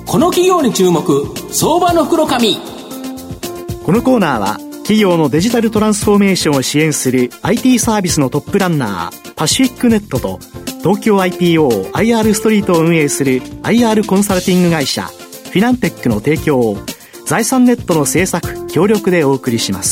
この企業に注目、相場の福の神。 このコーナーは企業のデジタルトランスフォーメーションを支援する IT サービスのトップランナーパシフィックネットと、東京 IPO IR ストリートを運営する IR コンサルティング会社フィナンテックの提供を財産ネットの制作協力でお送りします。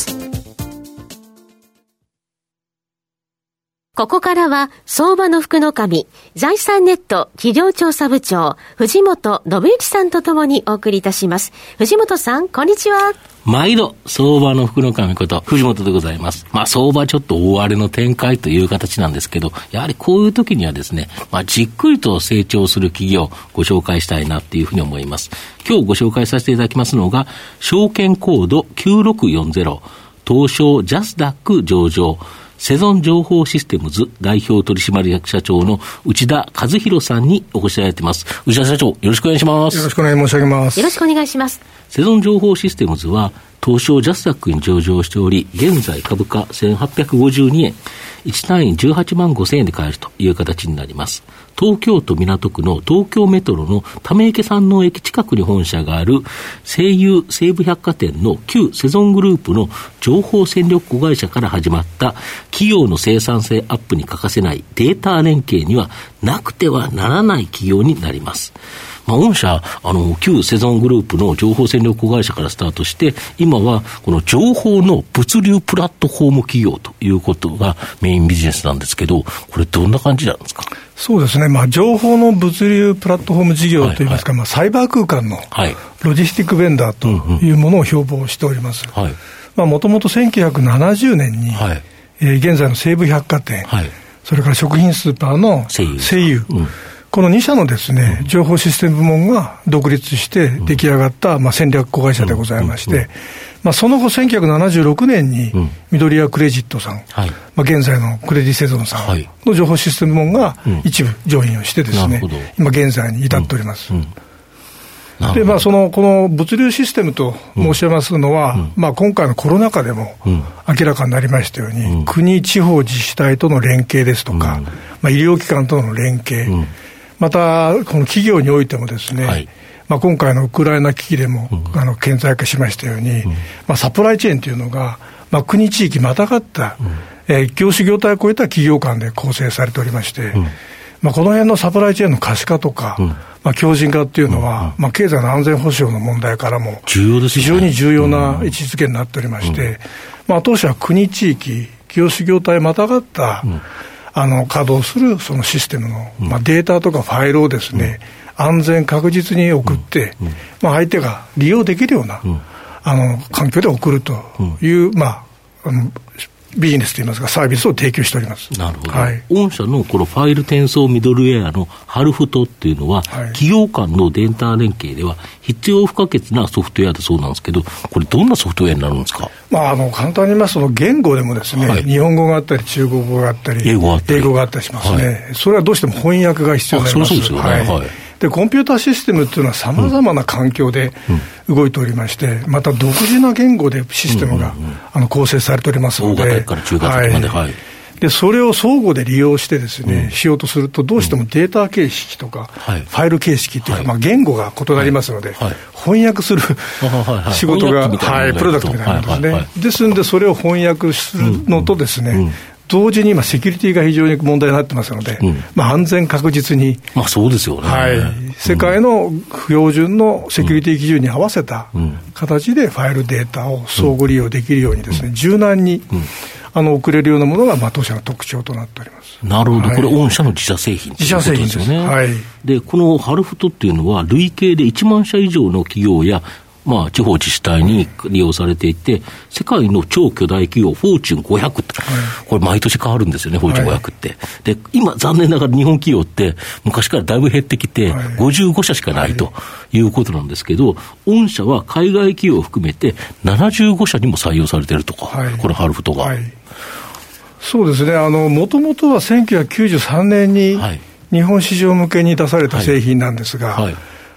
ここからは相場の福の神、財産ネット企業調査部長藤本信之さんとともにお送りいたします。藤本さん、こんにちは。 毎度相場の福の神こと藤本でございます。相場ちょっと大荒れの展開という形なんですけど、やはりこういう時にはですね、じっくりと成長する企業をご紹介したいなっていうふうに思います。今日ご紹介させていただきますのが、証券コード9640東証ジャスダック上場セゾン情報システムズ代表取締役社長の内田和弘さんにお越しいただいています。内田社長、よろしくお願いします。 よろしくお願い申し上げます。 よろしくお願いします。 セゾン情報システムズは東証ジャスダックに上場しており、現在株価1852円、1単位18万5000円で買えるという形になります。東京都港区の東京メトロの溜池山王駅近くに本社がある西友西武百貨店の旧セゾングループの情報戦略子会社から始まった企業の生産性アップに欠かせないデータ連携にはなくてはならない企業になります。御社、旧セゾングループの情報戦略子会社からスタートして、今はこの情報の物流プラットフォーム企業ということがメインビジネスなんですけど、これどんな感じなんですか？ そうですね、情報の物流プラットフォーム事業といいますか、サイバー空間のロジスティックベンダーというものを標榜しております。もともと1970年に、現在の西武百貨店、それから食品スーパーの西友、この2社のですね、情報システム部門が独立して出来上がった、戦略子会社でございまして、その後1976年に緑谷クレジットさん、現在のクレディセゾンさんの情報システム部門が一部ジョインをしてですね、今現在に至っております。でこの物流システムと申しますのは、今回のコロナ禍でも明らかになりましたように、国、地方自治体との連携ですとか、医療機関との連携、またこの企業においてもですね、今回のウクライナ危機でも顕在化しましたように、サプライチェーンというのが、国地域またがった、業種業態を超えた企業間で構成されておりまして、この辺のサプライチェーンの可視化とか、強靭化っていうのは、経済の安全保障の問題からも非常に重要な位置づけになっておりまして、当社は国地域業種業態またがった稼働するそのシステムの、データとかファイルをですね、安全確実に送って、相手が利用できるような、環境で送るという、ビジネスといいますかサービスを提供しております。 なるほど。御社のこのファイル転送ミドルウェアのハルフトっていうのは、企業間のデータ連携では必要不可欠なソフトウェアだそうなんですけど、これどんなソフトウェアになるんですか？ 簡単に言いますと、言語でもですね、日本語があったり中国語があったり英語があったりしますね。それはどうしても翻訳が必要になります。 そうですよね。 でコンピューターシステムっていうのはさまざまな環境で動いておりまして、また独自な言語でシステムが構成されておりますので、 大型から中型まで、 でそれを相互で利用してですね、しようとするとどうしてもデータ形式とか、ファイル形式というか、言語が異なりますので、翻訳する仕事が、プロダクトみたいなものですね。ですのでそれを翻訳するのとですね、同時に今セキュリティが非常に問題になってますので、安全確実に、 そうですよね、 世界の標準のセキュリティ基準に合わせた形でファイルデータを相互利用できるようにですね、柔軟に送れるようなものが当社の特徴となっております。 なるほど、これ御社の自社製品ということですよね。でこのハルフトっていうのは累計で1万社以上の企業や地方自治体に利用されていて、世界の超巨大企業フォーチュン500って、これ毎年変わるんですよね、フォーチュン500って。で今残念ながら日本企業って昔からだいぶ減ってきて、55社しかないということなんですけど、御社は海外企業を含めて75社にも採用されているとか、このハルフトが、 そうですね、もともとは1993年に日本市場向けに出された製品なんですが、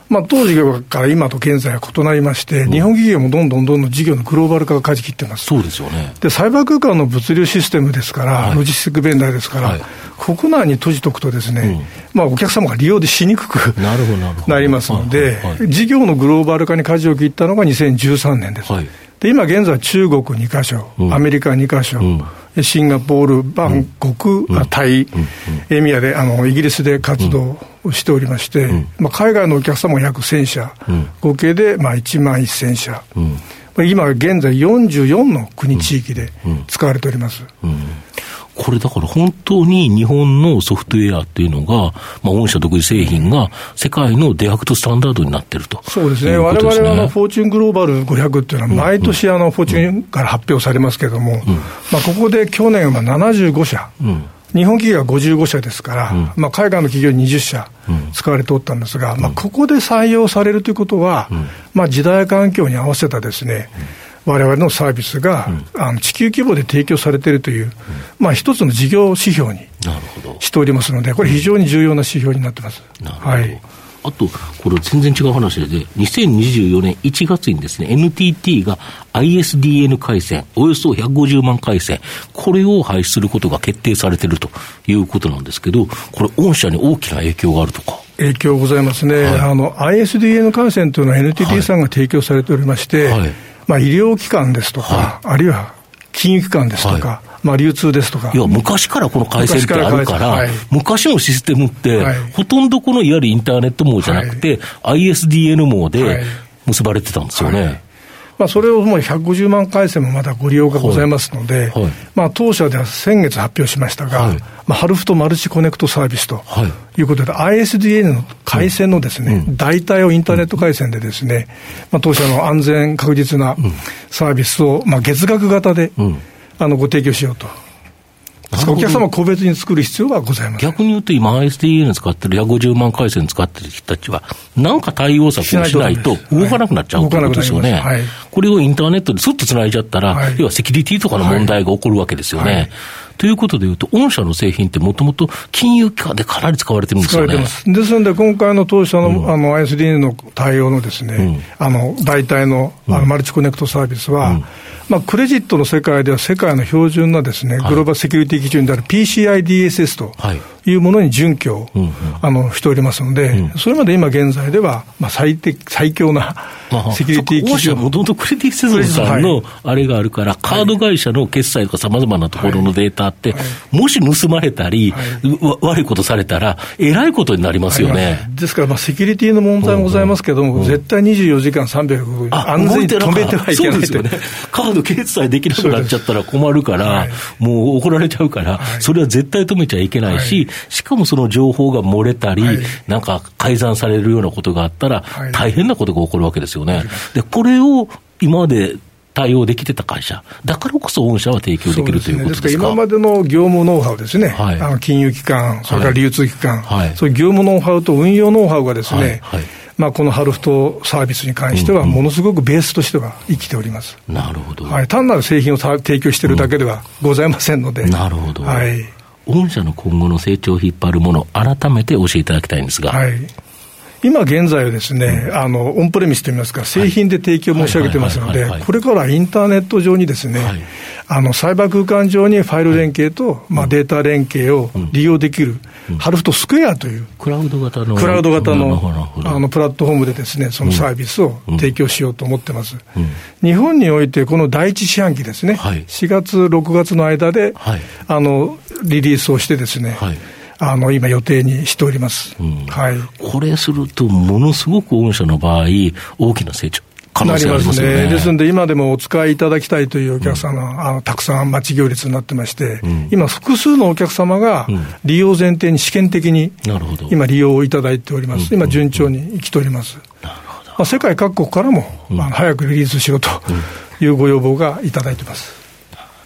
当時から今と現在は異なりまして、日本企業もどんどん事業のグローバル化が舵切ってます。 そうですよね。 で、サイバー空間の物流システムですから、ロジスティックベンダーですから、国内に閉じておくとですね、お客様が利用しにくくなりますので、事業のグローバル化に舵を切ったのが2013年です。で、今現在中国2カ所、アメリカ2カ所、シンガポール、バンコク、タイ、エミアでイギリスで活動をしておりまして、海外のお客様が約1000社、合計で1万1000社、今現在44の国地域で使われております。 これだから本当に日本のソフトウェアっていうのが、御社独自製品が世界のデファクトスタンダードになってると。 そうですね。我々はフォーチュングローバル500っていうのは毎年フォーチュンから発表されますけれども、ここで去年は75社、日本企業は55社ですから、海外の企業に20社使われておったんですが、ここで採用されるということは、時代環境に合わせたですね、我々のサービスが、地球規模で提供されているという、一つの事業指標にしておりますので、これ非常に重要な指標になってます。 あと、これ全然違う話で、2024年1月にですね、NTT が ISDN 回線、およそ150万回線、これを廃止することが決定されているということなんですけど、これ、御社に大きな影響があるとか。 影響ございますね。ISDN 回線というのは NTT さんが提供されておりまして、医療機関ですとか、あるいは金融機関ですとか、流通ですとか。 昔からこの回線ってあるから、昔のシステムって、ほとんどこのいわゆるインターネット網じゃなくて、ISDN 網で結ばれてたんですよね。 それをもう150万回線もまだご利用がございますので、当社では先月発表しましたが、ハルフトマルチコネクトサービスということで、ISDN の回線のですね、代替をインターネット回線でですね、当社の安全確実なサービスを月額型でご提供しようと。お客様個別に作る必要はございません。 逆に言うと今 ISDN 使ってる150万回線使ってる人たちは何か対応策をしないと動かなくなっちゃうということですよね。これをインターネットでスッとつないじゃったら、要はセキュリティとかの問題が起こるわけですよね。ということでいうと、御社の製品ってもともと金融機関でかなり使われてるんですよね。 使われてます。ですので、今回の当社の、ISDN の対応のですね、代替の、マルチコネクトサービスは、クレジットの世界では世界の標準なですね、グローバルセキュリティ基準である PCI DSS というものに準拠を、しておりますので、それまで今現在では、最強なセキュリティ基準。 もともとクレディ・セゾンさんのあれがあるから、カード会社の決済とかさまざまなところのデータって、もし盗まれたり、悪いことされたら、えらいことになりますよね。 ですから、セキュリティの問題もございますけども、絶対24時間365安全に止めてはいけない。 そうですよね。カード決済できなくなっちゃったら困るから、もう怒られちゃうから、それは絶対止めちゃいけないし、しかもその情報が漏れたり、なんか改ざんされるようなことがあったら、大変なことが起こるわけですよね。で、これを今まで対応できてた会社だからこそ御社は提供できるということですか。 ですから今までの業務ノウハウですね、金融機関、それから流通機関、そういう業務ノウハウと運用ノウハウがですね、このハルフトサービスに関してはものすごくベースとしては生きております。 なるほど。 単なる製品を提供しているだけではございませんので。 なるほど。御社の今後の成長を引っ張るもの、改めて教えていただきたいんですが。 今現在はですね、オンプレミスといいますか、製品で提供申し上げてますので、これからインターネット上にですね、サイバー空間上にファイル連携と、データ連携を利用できる、ハルフトスクエアというクラウド型のプラットフォームでですね、そのサービスを提供しようと思ってます。日本においてこの第一四半期ですね、4月6月の間でリリースをしてですね、今予定にしております。 これするとものすごく御社の場合大きな成長可能性ありますよね。 ですので今でもお使いいただきたいというお客様、たくさん待ち行列になってまして、今複数のお客様が利用前提に試験的に今利用をいただいております。今順調に生きております。世界各国からも早くリリースしろというご要望がいただいています。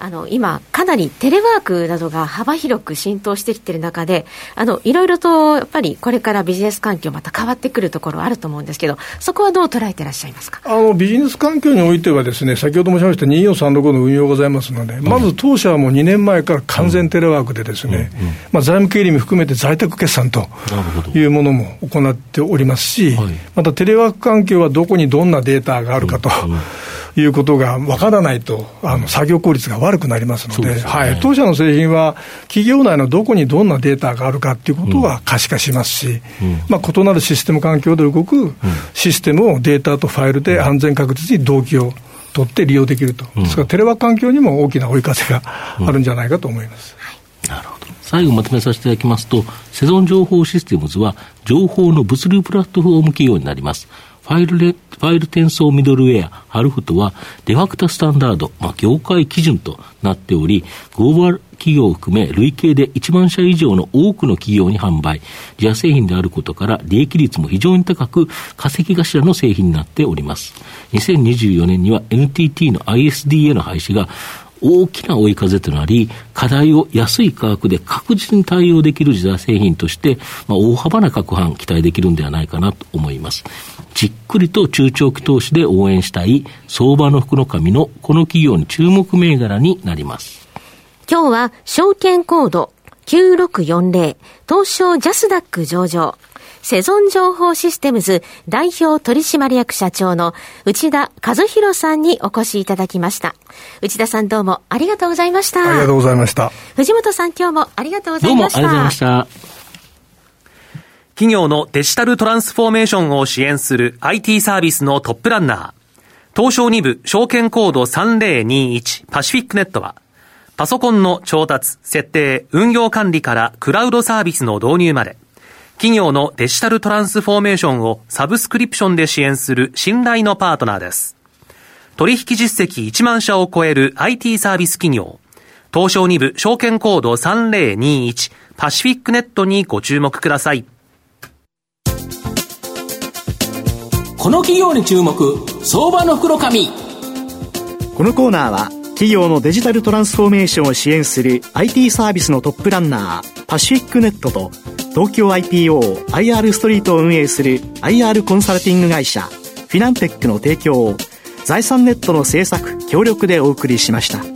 今かなりテレワークなどが幅広く浸透してきている中でいろいろとやっぱりこれからビジネス環境また変わってくるところあると思うんですけど、そこはどう捉えていらっしゃいますか？ ビジネス環境においてはですね、先ほど申しました24365の運用ございますので、まず当社はもう2年前から完全テレワークでですね、財務経理も含めて在宅決算というものも行っておりますし、またテレワーク環境はどこにどんなデータがあるかということがわからないと作業効率が悪くなりますので、当社の製品は企業内のどこにどんなデータがあるかということは可視化しますし、異なるシステム環境で動くシステムをデータとファイルで安全確実に同期を取って利用できると、ですからテレワーク環境にも大きな追い風があるんじゃないかと思います。 なるほど。最後まとめさせていただきますと、セゾン情報システムズは情報の物流プラットフォーム企業になります。ファイル転送ミドルウェアハルフトはデファクタスタンダード、業界基準となっており、グローバル企業を含め累計で1万社以上の多くの企業に販売、自社製品であることから利益率も非常に高く稼ぎ頭の製品になっております。2024年には NTT の ISDA の廃止が大きな追い風となり、課題を安い価格で確実に対応できる自社製品として、大幅な拡販期待できるんではないかなと思います。じっくりと中長期投資で応援したい相場の福の神のこの企業に注目銘柄になります。 今日は証券コード9640東証ジャスダック上場セゾン情報システムズ代表取締役社長の内田和弘さんにお越しいただきました。内田さんどうもありがとうございました。 ありがとうございました。 藤本さん今日もありがとうございました。 どうもありがとうございました。 企業のデジタルトランスフォーメーションを支援する IT サービスのトップランナー、東証2部証券コード3021パシフィックネットは、パソコンの調達、設定、運用管理からクラウドサービスの導入まで、企業のデジタルトランスフォーメーションをサブスクリプションで支援する信頼のパートナーです。取引実績1万社を超える IT サービス企業、東証2部証券コード3021パシフィックネットにご注目ください。 この企業に注目、相場の福の神。 このコーナーは企業のデジタルトランスフォーメーションを支援する IT サービスのトップランナーパシフィックネットと東京 IPO、IR ストリートを運営する IR コンサルティング会社フィナンテックの提供を財産ネットの制作協力でお送りしました。